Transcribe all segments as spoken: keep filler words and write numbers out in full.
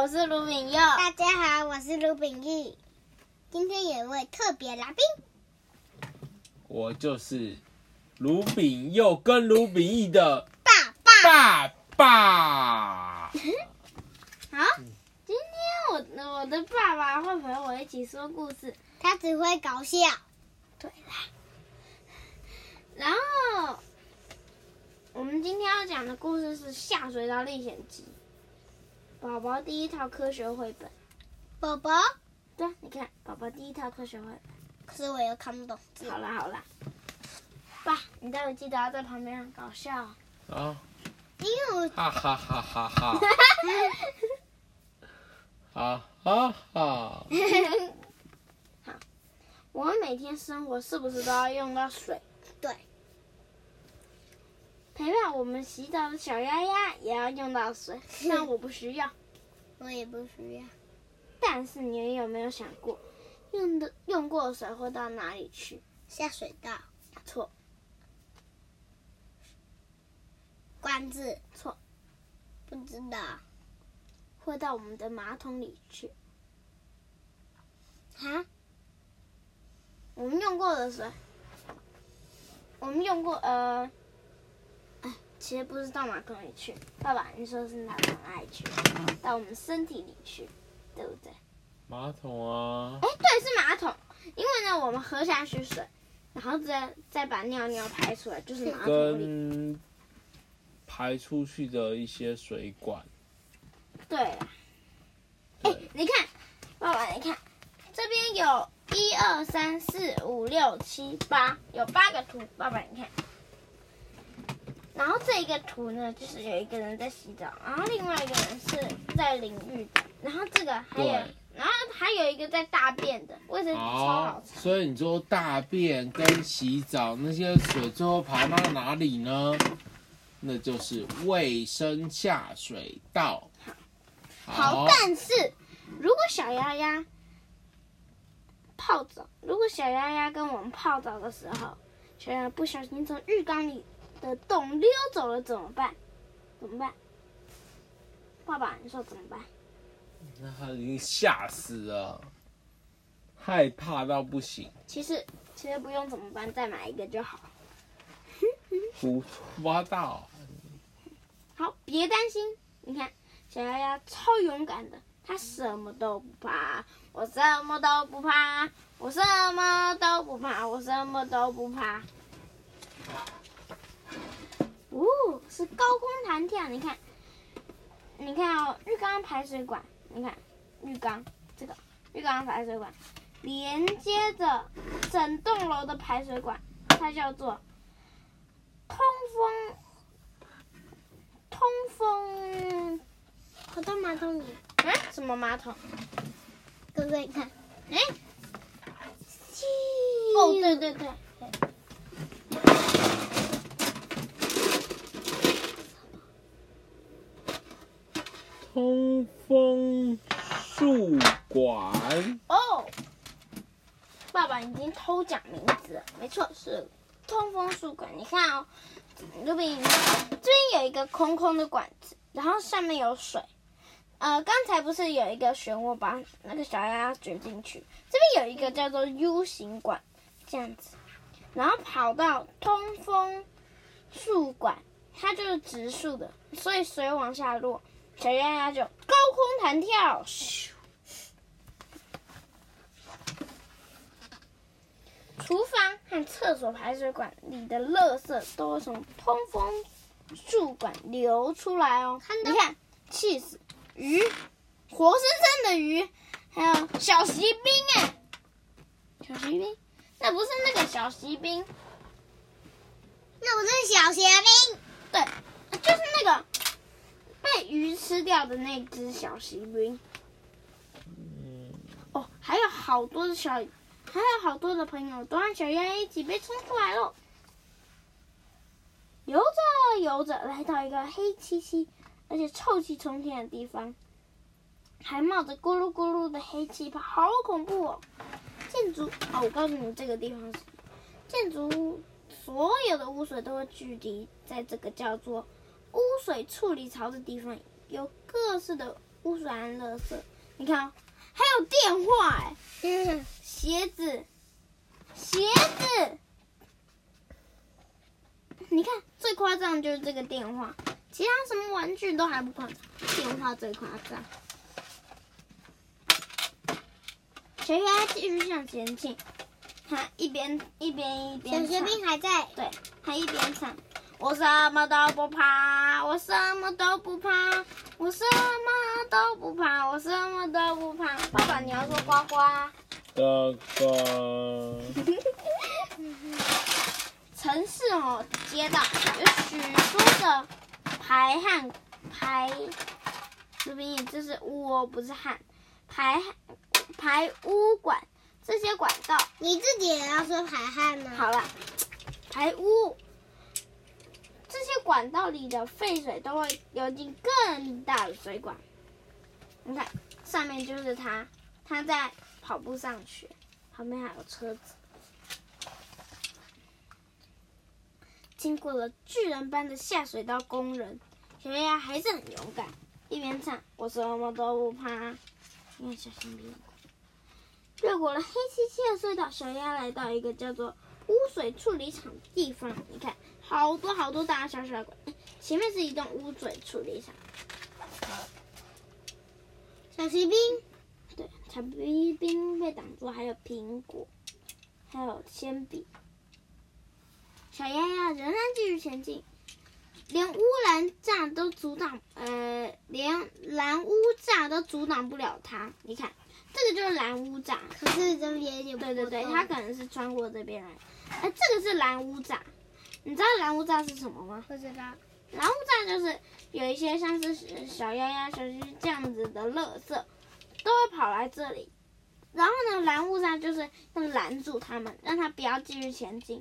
我是卢炳佑。 大家好，我是卢炳义。今天有一位特别来宾， 我就是卢炳佑跟卢炳义的爸爸。 爸爸。 好，今天我的我的爸爸会陪我一起说故事。 他只会搞笑。 对啦。然后我们今天要讲的故事是《下水道历险记》，宝宝第一套科学绘本。 宝宝， 对，你看，宝宝第一套科学绘本。 可是我又看不懂字。 好啦好啦，爸，你待会记得要在旁边搞笑。 啊！ 因为我哈哈哈哈哈！哈哈哈！ 好，我们每天生活是不是都要用到水？ 对， 陪伴我们洗澡的小鸭鸭也要用到水，但我不需要。 我也不需要。 但是你有没有想过，用的用过的水会到哪里去？ 下水道， 错管子， 错， 不知道。 会到我们的马桶里去。 哈？ 我们用过的水，我们用过呃，哎，其实不是到马桶里去。爸爸，你说是到哪里去？到我们身体里去，对不对？ 马桶啊！ 哎，对，是马桶。因为呢，我们喝下去水，然后再再把尿尿排出来，就是马桶里。 跟排出去的一些水管。 对啦。哎，你看，爸爸，你看，这边有一二三四五六七八，有八个图。爸爸，你看。然后这一个图呢，就是有一个人在洗澡，然后另外一个人是在淋浴的，然后这个还有，然后还有一个在大便的，卫生纸超好好， 擦。 所以你说大便跟洗澡那些水最后排到哪里呢？那就是卫生下水道。 好，但是如果小鸭鸭泡澡，如果小鸭鸭跟我们泡澡的时候，小鸭鸭不小心从浴缸里的洞溜走了，怎么办？怎么办？爸爸，你说怎么办？ 那他已经吓死了，害怕到不行。 其实其实不用怎么办，再买一个就好。 胡说八道。 好，别担心，你看小鸭鸭超勇敢的，它什么都不怕，我什么都不怕，我什么都不怕，我什么都不怕。哦，是高空弹跳，你看，你看哦，浴缸排水管，你看浴缸这个浴缸排水管连接着整栋楼的排水管，它叫做通风。通风， 跑到马桶里。 啊？什么马桶？ 哥哥，你看。 哎，哦，对对对。 通风树管。 哦，爸爸已经偷讲名字了，没错，是通风树管。你看哦。卢比，这边有一个空空的管子，然后上面有水。呃，刚才不是有一个漩涡把那个小鸭鸭卷进去？这边有一个叫做 U 型管，这样子，然后跑到通风树管，它就是直竖的，所以水往下落，小鸭鸭就高空弹跳，咻！厨房和厕所排水管里的垃圾都会从通风树管流出来哦。你看，气死鱼，活生生的鱼，还有小锡兵哎，小锡兵，那不是那个小锡兵， 那不是小锡兵， 对，就是那个被鱼吃掉的那只小锡兵。哦，还有好多的小。还有好多的朋友都和小鸭一起被冲出来了。游着游着，来到一个黑漆漆而且臭气冲天的地方，还冒着咕噜咕噜的黑气泡，好恐怖哦！建筑哦，我告诉你这个地方是建筑物，所有的污水都会聚集在这个叫做污水处理槽的地方，有各式的污水和垃圾。你看哦，还有电话哎， 嗯， 鞋子，鞋子。你看最夸张的就是这个电话，其他什么玩具都还不夸张，电话最夸张。小鸭继续向前进，他一边一边一边小学唱， 兵还在。 对，他一边唱，我什么都不怕，我什么都不怕，我什么都不怕，我什么都不怕。爸爸，你要说呱呱。 呱呱。 城市哦，街道有许多的排汗排，这边这是污哦，不是汗，排排污管，这些管道。 你自己也要说排汗吗？ 好了，排污，这些管道里的废水都会流进更大的水管。你看，上面就是他，他在跑步上学，旁边还有车子。经过了巨人般的下水道工人，小鸭鸭还是很勇敢，一边唱我什么都不怕。你看小心别越过了黑漆漆的隧道，小鸭来到一个叫做污水处理厂的地方。你看，好多好多大大小小的管，前面是一栋污水处理厂。 小骑兵， 对，小骑兵被挡住，还有苹果，还有铅笔。小鸭鸭仍然继续前进，连污染栅都阻挡，呃，连蓝污栅都阻挡不了它。你看，这个就是蓝污栅。 可是这边有。 对对对，它可能是穿过这边来。哎，这个是蓝污栅。你知道蓝污栅是什么吗？ 不知道。 蓝污栅就是有一些像是小鸭鸭、小鸡这样子的垃圾，都会跑来这里。然后呢，蓝污栅就是要拦住它们，让它不要继续前进。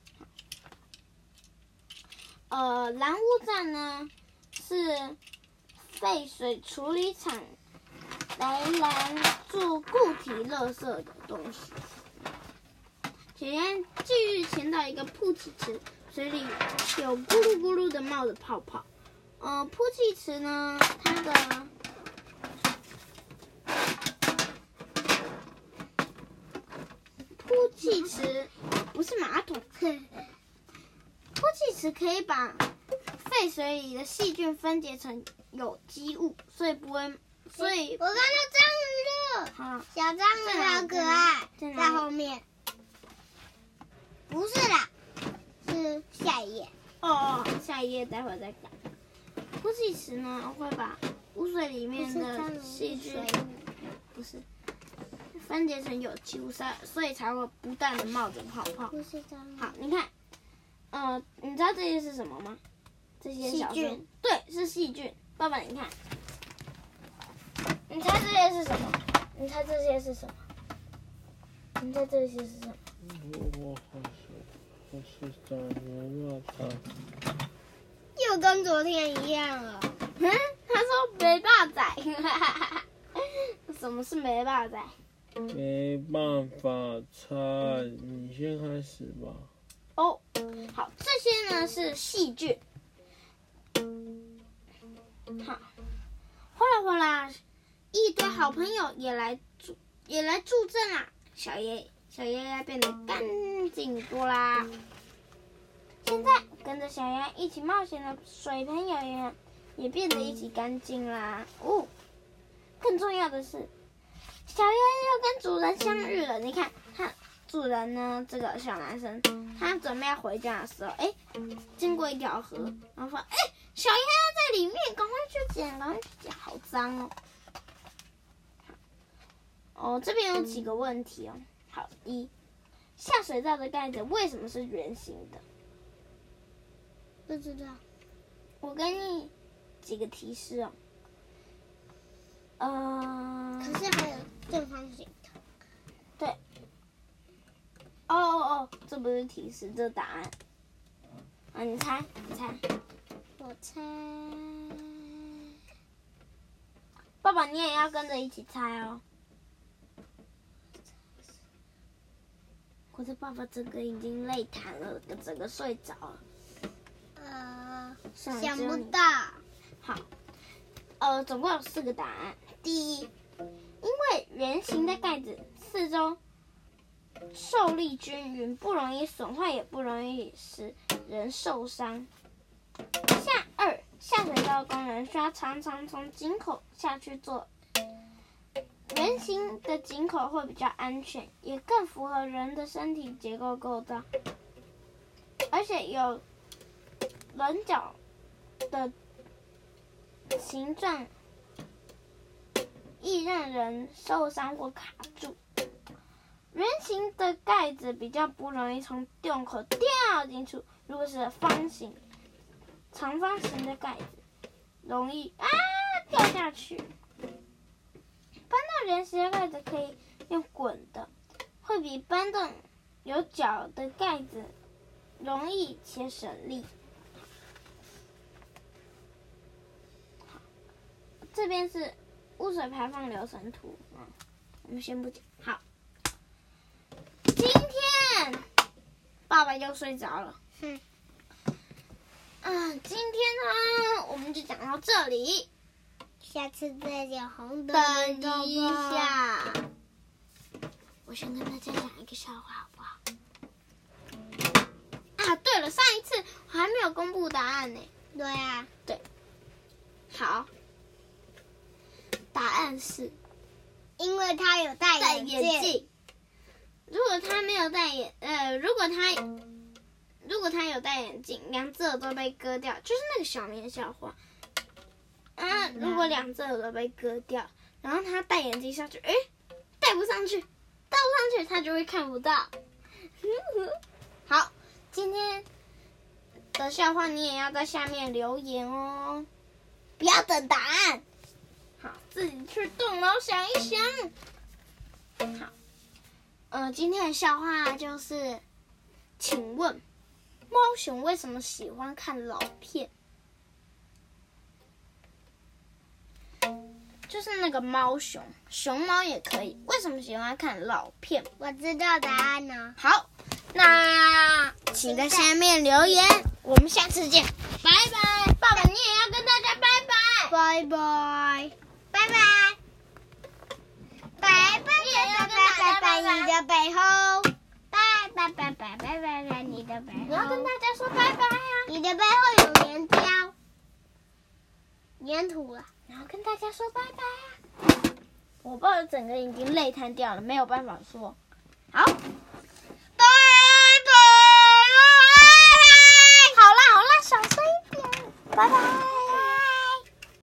呃，蓝污站呢是废水处理厂来拦住固体垃圾的东西。小鸭继续潜到一个曝气池，水里有咕噜咕噜的冒着泡泡。呃，曝气池呢，它的曝气池不是马桶。曝气池可以把废水里的细菌分解成有机物，所以不会，所以我看到章鱼了。 好， 小章鱼好可爱， 在哪里在后面。不是啦，是下一页。 哦哦，下一页待会儿再讲。曝气池呢会把污水里面的细菌不是分解成有机物，所以才会不断的冒着泡泡。 不是章鱼。 好，你看。呃，你知道这些是什么吗？这些小细菌， 对，是细菌。爸爸，你看，你猜这些是什么？你猜这些是什么？你猜这些是什么？ 我好像好是长毛吧？ 又跟昨天一样了。 嗯，他说没霸仔。什么是没霸仔？ 没办法猜，你先开始吧。 哦，好，这些呢是细菌。好，哗啦哗啦，一堆好朋友也来助也来助阵啦。小爷小鸭鸭变得干净多啦。现在跟着小鸭一起冒险的水朋友也也变得一起干净啦。哦，更重要的是，小鸭又跟主人相遇了。你看，他主人呢，这个小男生，他准备要回家的时候，哎，经过一条河，然后说，哎，小鸭鸭在里面，赶快去捡，赶快去捡，好脏哦。哦，这边有几个问题哦。好，一，下水道的盖子为什么是圆形的？ 不知道。 我给你几个提示哦。呃， 可是还有正方形的。 对。哦哦哦，这不是提示，这是答案。啊，你猜，你猜。 我猜。 爸爸，你也要跟着一起猜哦。我的爸爸整个已经累瘫了，整个睡着了。 呃， 想想不到。 好， 呃，总共有四个答案。第一，因为圆形的盖子四周受力均匀，不容易损坏，也不容易使人受伤。下二，下水道工人需要常常从井口下去做。圆形的井口会比较安全，也更符合人的身体结构构造，而且有棱角的形状，易让人受伤或卡住。圆形的盖子比较不容易从洞口掉进去，如果是方形、长方形的盖子，容易啊掉下去。搬到圆形的盖子可以用滚的，会比搬动有角的盖子容易且省力。这边是污水排放流程图，嗯，我们先不讲。好，今天爸爸又睡着了。 哼， 嗯，今天呢，我们就讲到这里。 下次再讲红的。 等一下，我先跟大家讲一个笑话，好不好？啊，对了，上一次我还没有公布答案呢。 对啊， 对，好，答案是因为他有戴戴眼眼镜。如果他没有戴眼，呃，如果他如果他有戴眼镜，两只耳朵被割掉，就是那个小棉笑话。啊，如果两只耳朵被割掉，然后他戴眼镜上去，诶，戴不上去，戴不上去，他就会看不到。好，今天的笑话你也要在下面留言哦，不要等答案。好，自己去动脑想一想。好，呃，今天的笑话就是，请问猫熊为什么喜欢看老片？就是那个猫熊，熊猫也可以。为什么喜欢看老片？ 我知道答案呢。 好，那请在下面留言。我们下次见，拜拜。爸爸，你也要跟大家拜拜。 拜拜，拜拜，拜拜，拜拜，拜拜，你的背后，拜拜，拜拜，拜拜，拜你的背后。 你要跟大家说拜拜啊！ 你的背后有粘胶，粘土了。 然后跟大家说拜拜啊！我爸整个已经累瘫掉了，没有办法说。